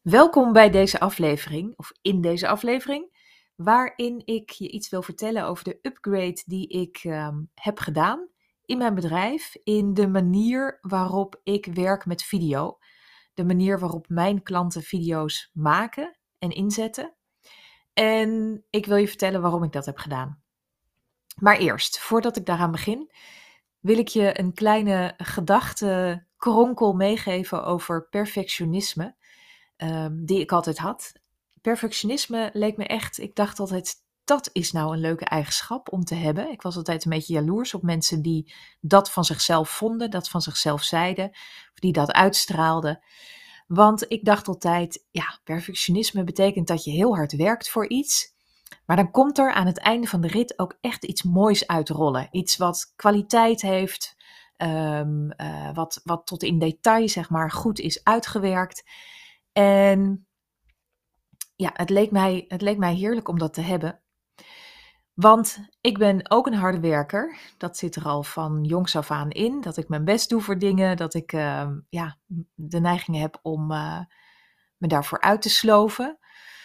Welkom bij deze aflevering, of in deze aflevering, waarin ik je iets wil vertellen over de upgrade die ik heb gedaan in mijn bedrijf, in de manier waarop ik werk met video, de manier waarop mijn klanten video's maken en inzetten. En ik wil je vertellen waarom ik dat heb gedaan. Maar eerst, voordat ik daaraan begin, wil ik je een kleine gedachtenkronkel meegeven over perfectionisme. Die ik altijd had. Perfectionisme leek me echt, ik dacht altijd, dat is nou een leuke eigenschap om te hebben. Ik was altijd een beetje jaloers op mensen die dat van zichzelf vonden, dat van zichzelf zeiden, of die dat uitstraalden. Want ik dacht altijd, ja, perfectionisme betekent dat je heel hard werkt voor iets. Maar dan komt er aan het einde van de rit ook echt iets moois uitrollen. Iets wat kwaliteit heeft, wat tot in detail, zeg maar, goed is uitgewerkt. En ja, het leek mij heerlijk om dat te hebben. Want ik ben ook een harde werker. Dat zit er al van jongs af aan in. Dat ik mijn best doe voor dingen. Dat ik de neiging heb om me daarvoor uit te sloven.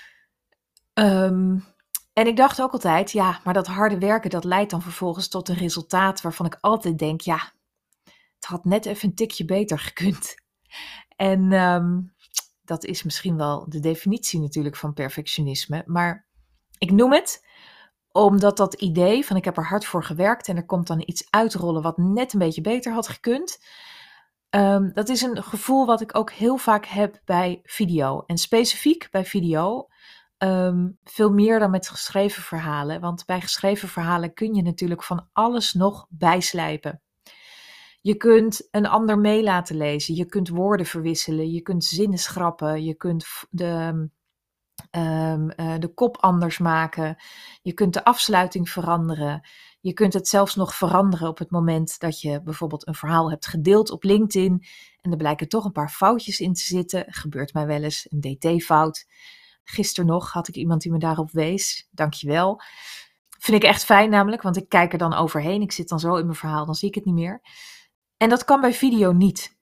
En ik dacht ook altijd, ja, maar dat harde werken, dat leidt dan vervolgens tot een resultaat waarvan ik altijd denk, ja, het had net even een tikje beter gekund. En dat is misschien wel de definitie natuurlijk van perfectionisme. Maar ik noem het omdat dat idee van ik heb er hard voor gewerkt en er komt dan iets uitrollen wat net een beetje beter had gekund. Dat is een gevoel wat ik ook heel vaak heb bij video. En specifiek bij video veel meer dan met geschreven verhalen. Want bij geschreven verhalen kun je natuurlijk van alles nog bijslijpen. Je kunt een ander mee laten lezen, je kunt woorden verwisselen, je kunt zinnen schrappen, je kunt de kop anders maken, je kunt de afsluiting veranderen. Je kunt het zelfs nog veranderen op het moment dat je bijvoorbeeld een verhaal hebt gedeeld op LinkedIn en er blijken toch een paar foutjes in te zitten. Gebeurt mij wel eens, een dt-fout. Gisteren nog had ik iemand die me daarop wees. Dankjewel. Vind ik echt fijn namelijk, want ik kijk er dan overheen. Ik zit dan zo in mijn verhaal, dan zie ik het niet meer. En dat kan bij video niet.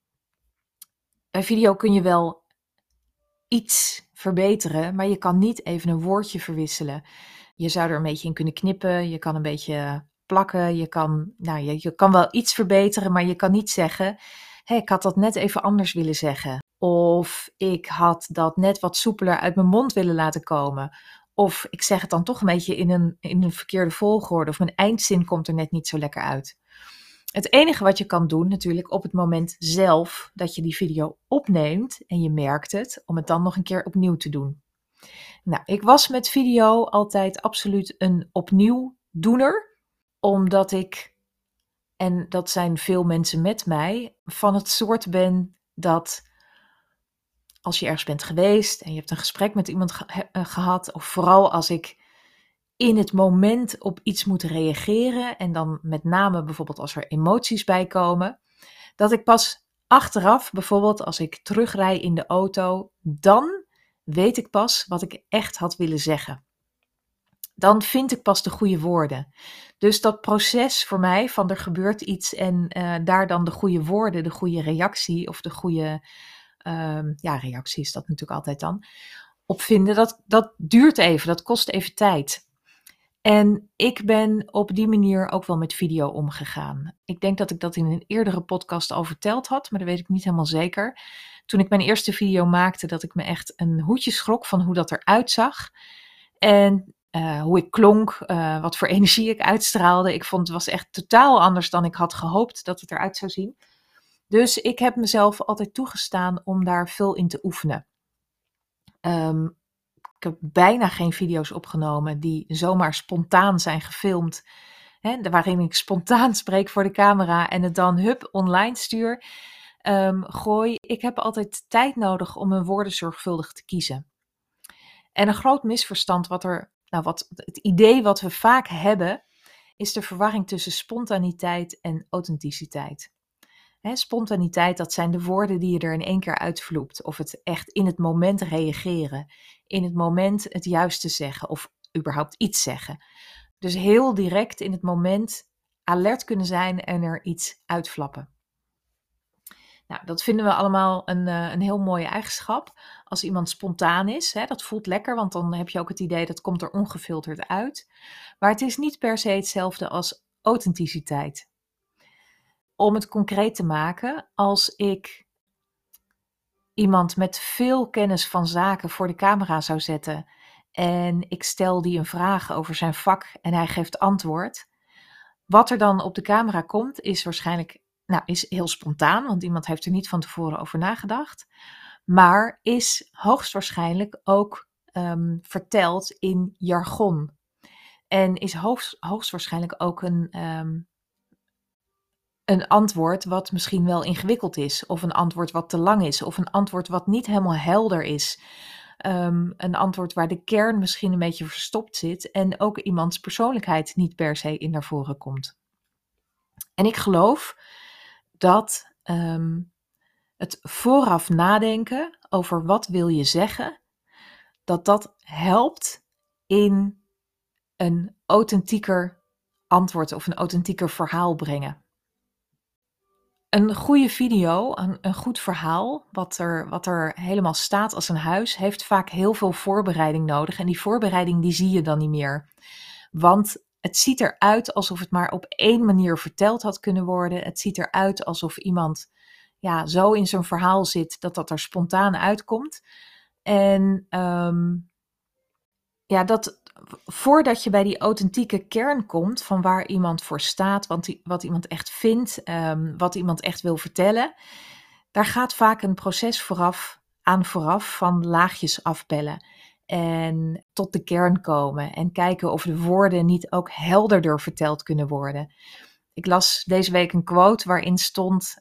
Bij video kun je wel iets verbeteren, maar je kan niet even een woordje verwisselen. Je zou er een beetje in kunnen knippen, je kan een beetje plakken, je kan wel iets verbeteren, maar je kan niet zeggen, hey, ik had dat net even anders willen zeggen. Of ik had dat net wat soepeler uit mijn mond willen laten komen. Of ik zeg het dan toch een beetje in een verkeerde volgorde, of mijn eindzin komt er net niet zo lekker uit. Het enige wat je kan doen natuurlijk op het moment zelf dat je die video opneemt en je merkt het, om het dan nog een keer opnieuw te doen. Nou, ik was met video altijd absoluut een opnieuw doener, omdat ik, en dat zijn veel mensen met mij, van het soort ben dat als je ergens bent geweest en je hebt een gesprek met iemand gehad, of vooral als ik in het moment op iets moet reageren en dan met name bijvoorbeeld als er emoties bij komen, dat ik pas achteraf, bijvoorbeeld als ik terugrij in de auto, dan weet ik pas wat ik echt had willen zeggen. Dan vind ik pas de goede woorden. Dus dat proces voor mij van er gebeurt iets en daar dan de goede woorden, de goede reactie of de goede, reactie is dat natuurlijk altijd dan, op vinden, dat duurt even, dat kost even tijd. En ik ben op die manier ook wel met video omgegaan. Ik denk dat ik dat in een eerdere podcast al verteld had, maar dat weet ik niet helemaal zeker. Toen ik mijn eerste video maakte, dat ik me echt een hoedje schrok van hoe dat eruit zag. En hoe ik klonk, wat voor energie ik uitstraalde. Ik vond het was echt totaal anders dan ik had gehoopt dat het eruit zou zien. Dus ik heb mezelf altijd toegestaan om daar veel in te oefenen. Ik heb bijna geen video's opgenomen die zomaar spontaan zijn gefilmd. Waarin ik spontaan spreek voor de camera en het dan online stuur. Gooi. Ik heb altijd tijd nodig om mijn woorden zorgvuldig te kiezen. En een groot misverstand het idee wat we vaak hebben, is de verwarring tussen spontaniteit en authenticiteit. Spontaniteit, dat zijn de woorden die je er in één keer uitvloept. Of het echt in het moment reageren. In het moment het juiste zeggen of überhaupt iets zeggen. Dus heel direct in het moment alert kunnen zijn en er iets uitflappen. Nou, dat vinden we allemaal een heel mooie eigenschap. Als iemand spontaan is, hè, dat voelt lekker, want dan heb je ook het idee dat komt er ongefilterd uit. Maar het is niet per se hetzelfde als authenticiteit. Om het concreet te maken, als ik iemand met veel kennis van zaken voor de camera zou zetten en ik stel die een vraag over zijn vak en hij geeft antwoord. Wat er dan op de camera komt is waarschijnlijk, nou, is heel spontaan, want iemand heeft er niet van tevoren over nagedacht. Maar is hoogstwaarschijnlijk ook verteld in jargon. En is hoogstwaarschijnlijk ook een antwoord wat misschien wel ingewikkeld is, of een antwoord wat te lang is, of een antwoord wat niet helemaal helder is. Een antwoord waar de kern misschien een beetje verstopt zit en ook iemands persoonlijkheid niet per se in naar voren komt. En ik geloof dat het vooraf nadenken over wat wil je zeggen, dat helpt in een authentieker antwoord of een authentieker verhaal brengen. Een goede video, een goed verhaal, wat er helemaal staat als een huis, heeft vaak heel veel voorbereiding nodig. En die voorbereiding die zie je dan niet meer. Want het ziet eruit alsof het maar op één manier verteld had kunnen worden. Het ziet eruit alsof iemand zo in zijn verhaal zit dat er spontaan uitkomt. En voordat je bij die authentieke kern komt van waar iemand voor staat, wat iemand echt vindt, wat iemand echt wil vertellen, daar gaat vaak een proces vooraf van laagjes afpellen en tot de kern komen en kijken of de woorden niet ook helderder verteld kunnen worden. Ik las deze week een quote waarin stond: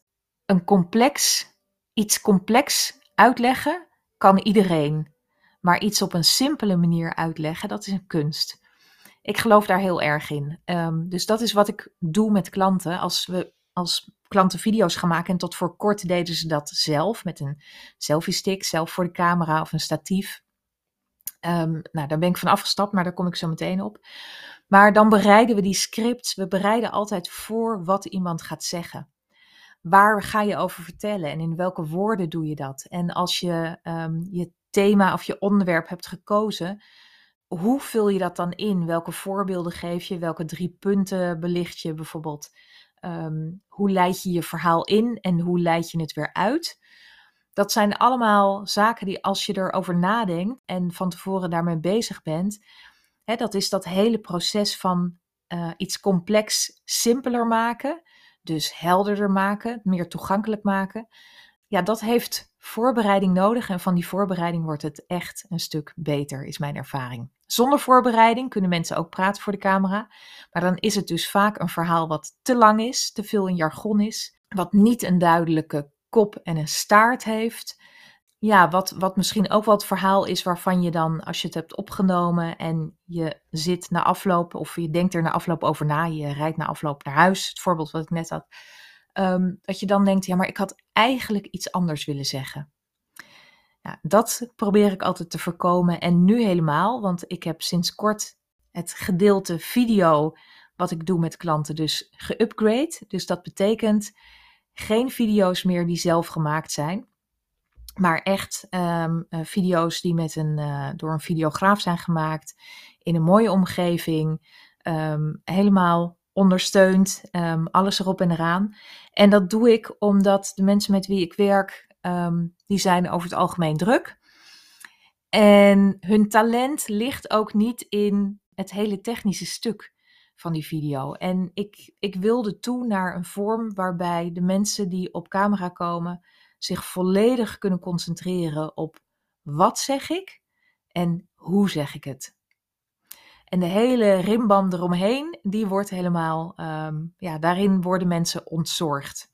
iets complex uitleggen kan iedereen. Maar iets op een simpele manier uitleggen, dat is een kunst. Ik geloof daar heel erg in. Dus dat is wat ik doe met klanten. Als klanten video's gaan maken, en tot voor kort deden ze dat zelf, met een selfie stick, zelf voor de camera of een statief. Daar ben ik van afgestapt, maar daar kom ik zo meteen op. Maar dan bereiden we die scripts. We bereiden altijd voor wat iemand gaat zeggen. Waar ga je over vertellen en in welke woorden doe je dat? En als je je thema of je onderwerp hebt gekozen, hoe vul je dat dan in? Welke voorbeelden geef je? Welke 3 punten belicht je bijvoorbeeld? Hoe leid je je verhaal in en hoe leid je het weer uit? Dat zijn allemaal zaken die, als je erover nadenkt en van tevoren daarmee bezig bent, dat is dat hele proces van iets complex simpeler maken, dus helderder maken, meer toegankelijk maken. Ja, dat heeft voorbereiding nodig en van die voorbereiding wordt het echt een stuk beter, is mijn ervaring. Zonder voorbereiding kunnen mensen ook praten voor de camera, maar dan is het dus vaak een verhaal wat te lang is, te veel in jargon is, wat niet een duidelijke kop en een staart heeft. Ja, wat misschien ook wel het verhaal is waarvan je dan, als je het hebt opgenomen en je zit na afloop, of je denkt er na afloop over na, je rijdt na afloop naar huis, het voorbeeld wat ik net had, dat je dan denkt, ja, maar ik had eigenlijk iets anders willen zeggen. Ja, dat probeer ik altijd te voorkomen en nu helemaal, want ik heb sinds kort het gedeelte video wat ik doe met klanten dus geüpgrade. Dus dat betekent geen video's meer die zelf gemaakt zijn, maar echt video's die door een videograaf zijn gemaakt, in een mooie omgeving, helemaal ondersteund, alles erop en eraan. En dat doe ik omdat de mensen met wie ik werk, die zijn over het algemeen druk. En hun talent ligt ook niet in het hele technische stuk van die video. En ik wilde toe naar een vorm waarbij de mensen die op camera komen zich volledig kunnen concentreren op wat zeg ik en hoe zeg ik het. En de hele rimbam eromheen, die wordt helemaal, daarin worden mensen ontzorgd.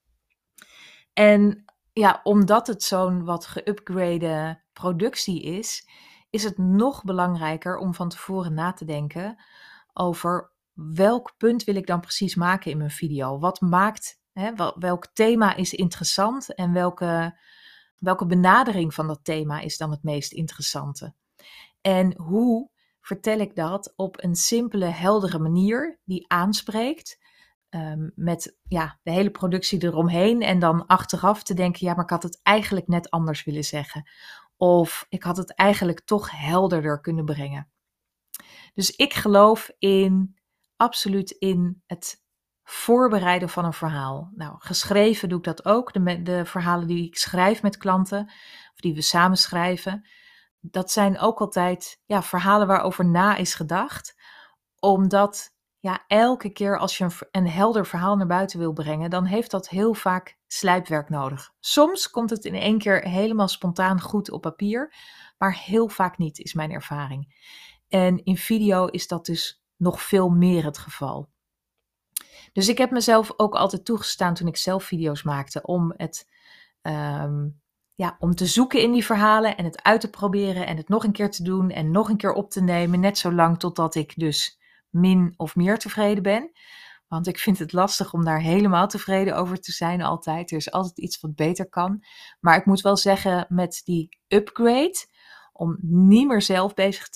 En ja, omdat het zo'n wat geüpgrade productie is het nog belangrijker om van tevoren na te denken over welk punt wil ik dan precies maken in mijn video. Wat maakt, welk thema is interessant en welke benadering van dat thema is dan het meest interessante. En hoe vertel ik dat op een simpele, heldere manier die aanspreekt, met de hele productie eromheen. En dan achteraf te denken, ja, maar ik had het eigenlijk net anders willen zeggen. Of ik had het eigenlijk toch helderder kunnen brengen. Dus ik geloof absoluut in het voorbereiden van een verhaal. Nou, geschreven doe ik dat ook. De verhalen die ik schrijf met klanten, of die we samen schrijven, dat zijn ook altijd verhalen waarover na is gedacht. Omdat elke keer als je een helder verhaal naar buiten wil brengen, dan heeft dat heel vaak slijpwerk nodig. Soms komt het in één keer helemaal spontaan goed op papier, maar heel vaak niet, is mijn ervaring. En in video is dat dus nog veel meer het geval. Dus ik heb mezelf ook altijd toegestaan toen ik zelf video's maakte om te zoeken in die verhalen en het uit te proberen en het nog een keer te doen en nog een keer op te nemen, net zo lang totdat ik dus min of meer tevreden ben. Want ik vind het lastig om daar helemaal tevreden over te zijn altijd. Er is altijd iets wat beter kan. Maar ik moet wel zeggen, met die upgrade, om niet meer zelf bezig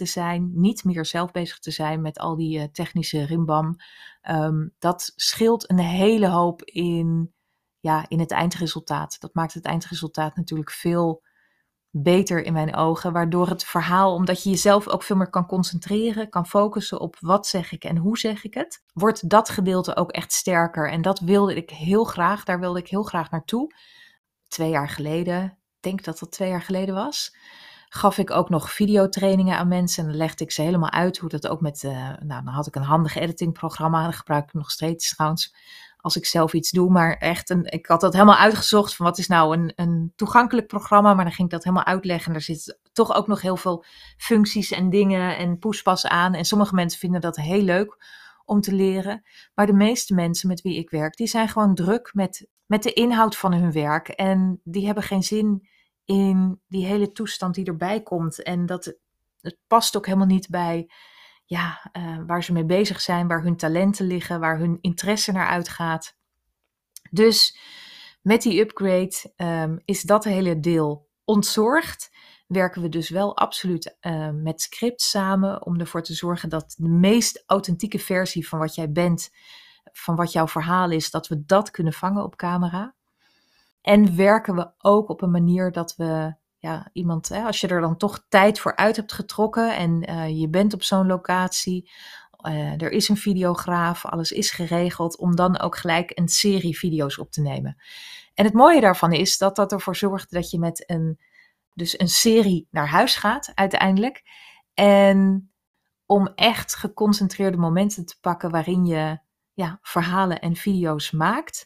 te zijn met al die technische rimbam, dat scheelt een hele hoop in het eindresultaat. Dat maakt het eindresultaat natuurlijk veel beter in mijn ogen, waardoor het verhaal, omdat je jezelf ook veel meer kan concentreren, kan focussen op wat zeg ik en hoe zeg ik het, wordt dat gedeelte ook echt sterker. En dat wilde ik heel graag, daar wilde ik heel graag naartoe. 2 jaar geleden, ik denk dat dat 2 jaar geleden was, gaf ik ook nog videotrainingen aan mensen en dan legde ik ze helemaal uit hoe dat ook met, dan had ik een handig editingprogramma, dat gebruik ik nog steeds trouwens, als ik zelf iets doe, maar echt, ik had dat helemaal uitgezocht van wat is nou een toegankelijk programma, maar dan ging ik dat helemaal uitleggen en er zitten toch ook nog heel veel functies en dingen en poespas aan en sommige mensen vinden dat heel leuk om te leren, maar de meeste mensen met wie ik werk, die zijn gewoon druk met de inhoud van hun werk en die hebben geen zin in die hele toestand die erbij komt en het past ook helemaal niet bij waar ze mee bezig zijn, waar hun talenten liggen, waar hun interesse naar uitgaat. Dus met die upgrade is dat hele deel ontzorgd. Werken we dus wel absoluut met scripts samen om ervoor te zorgen dat de meest authentieke versie van wat jij bent, van wat jouw verhaal is, dat we dat kunnen vangen op camera. En werken we ook op een manier dat we iemand, als je er dan toch tijd voor uit hebt getrokken en je bent op zo'n locatie, er is een videograaf, alles is geregeld, om dan ook gelijk een serie video's op te nemen. En het mooie daarvan is dat ervoor zorgt dat je met een serie naar huis gaat uiteindelijk. En om echt geconcentreerde momenten te pakken waarin je verhalen en video's maakt,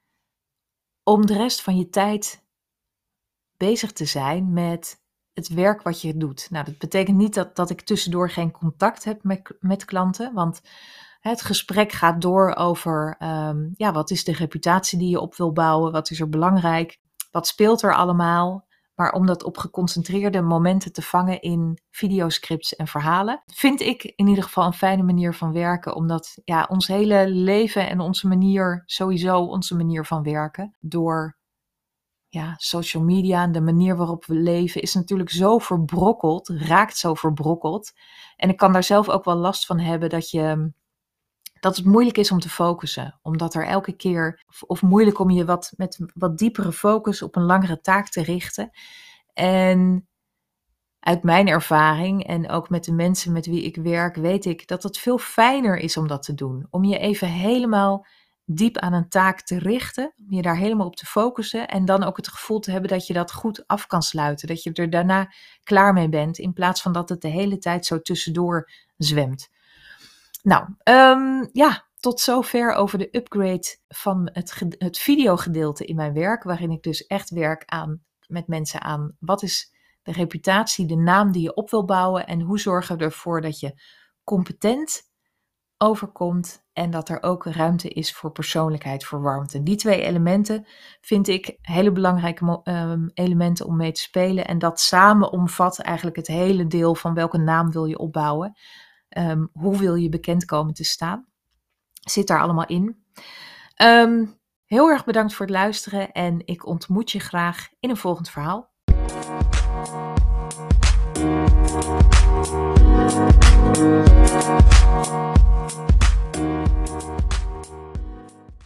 om de rest van je tijd bezig te zijn met het werk wat je doet. Nou, dat betekent niet dat ik tussendoor geen contact heb met klanten, want het gesprek gaat door over wat is de reputatie die je op wil bouwen, wat is er belangrijk, wat speelt er allemaal. Maar om dat op geconcentreerde momenten te vangen in videoscripts en verhalen, vind ik in ieder geval een fijne manier van werken. Omdat ons hele leven en onze manier van werken door social media en de manier waarop we leven is natuurlijk zo verbrokkeld, raakt zo verbrokkeld. En ik kan daar zelf ook wel last van hebben dat het moeilijk is om te focussen. Omdat er elke keer, of moeilijk om je met wat diepere focus op een langere taak te richten. En uit mijn ervaring en ook met de mensen met wie ik werk, weet ik dat het veel fijner is om dat te doen. Om je even helemaal diep aan een taak te richten, om je daar helemaal op te focussen en dan ook het gevoel te hebben dat je dat goed af kan sluiten. Dat je er daarna klaar mee bent, in plaats van dat het de hele tijd zo tussendoor zwemt. Nou, tot zover over de upgrade van het videogedeelte in mijn werk, waarin ik dus echt werk met mensen aan wat is de reputatie, de naam die je op wil bouwen en hoe zorgen we ervoor dat je competent overkomt en dat er ook ruimte is voor persoonlijkheid, voor warmte. Die 2 elementen vind ik hele belangrijke elementen om mee te spelen en dat samen omvat eigenlijk het hele deel van welke naam wil je opbouwen. Hoe wil je bekend komen te staan? Zit daar allemaal in. Heel erg bedankt voor het luisteren en ik ontmoet je graag in een volgend verhaal.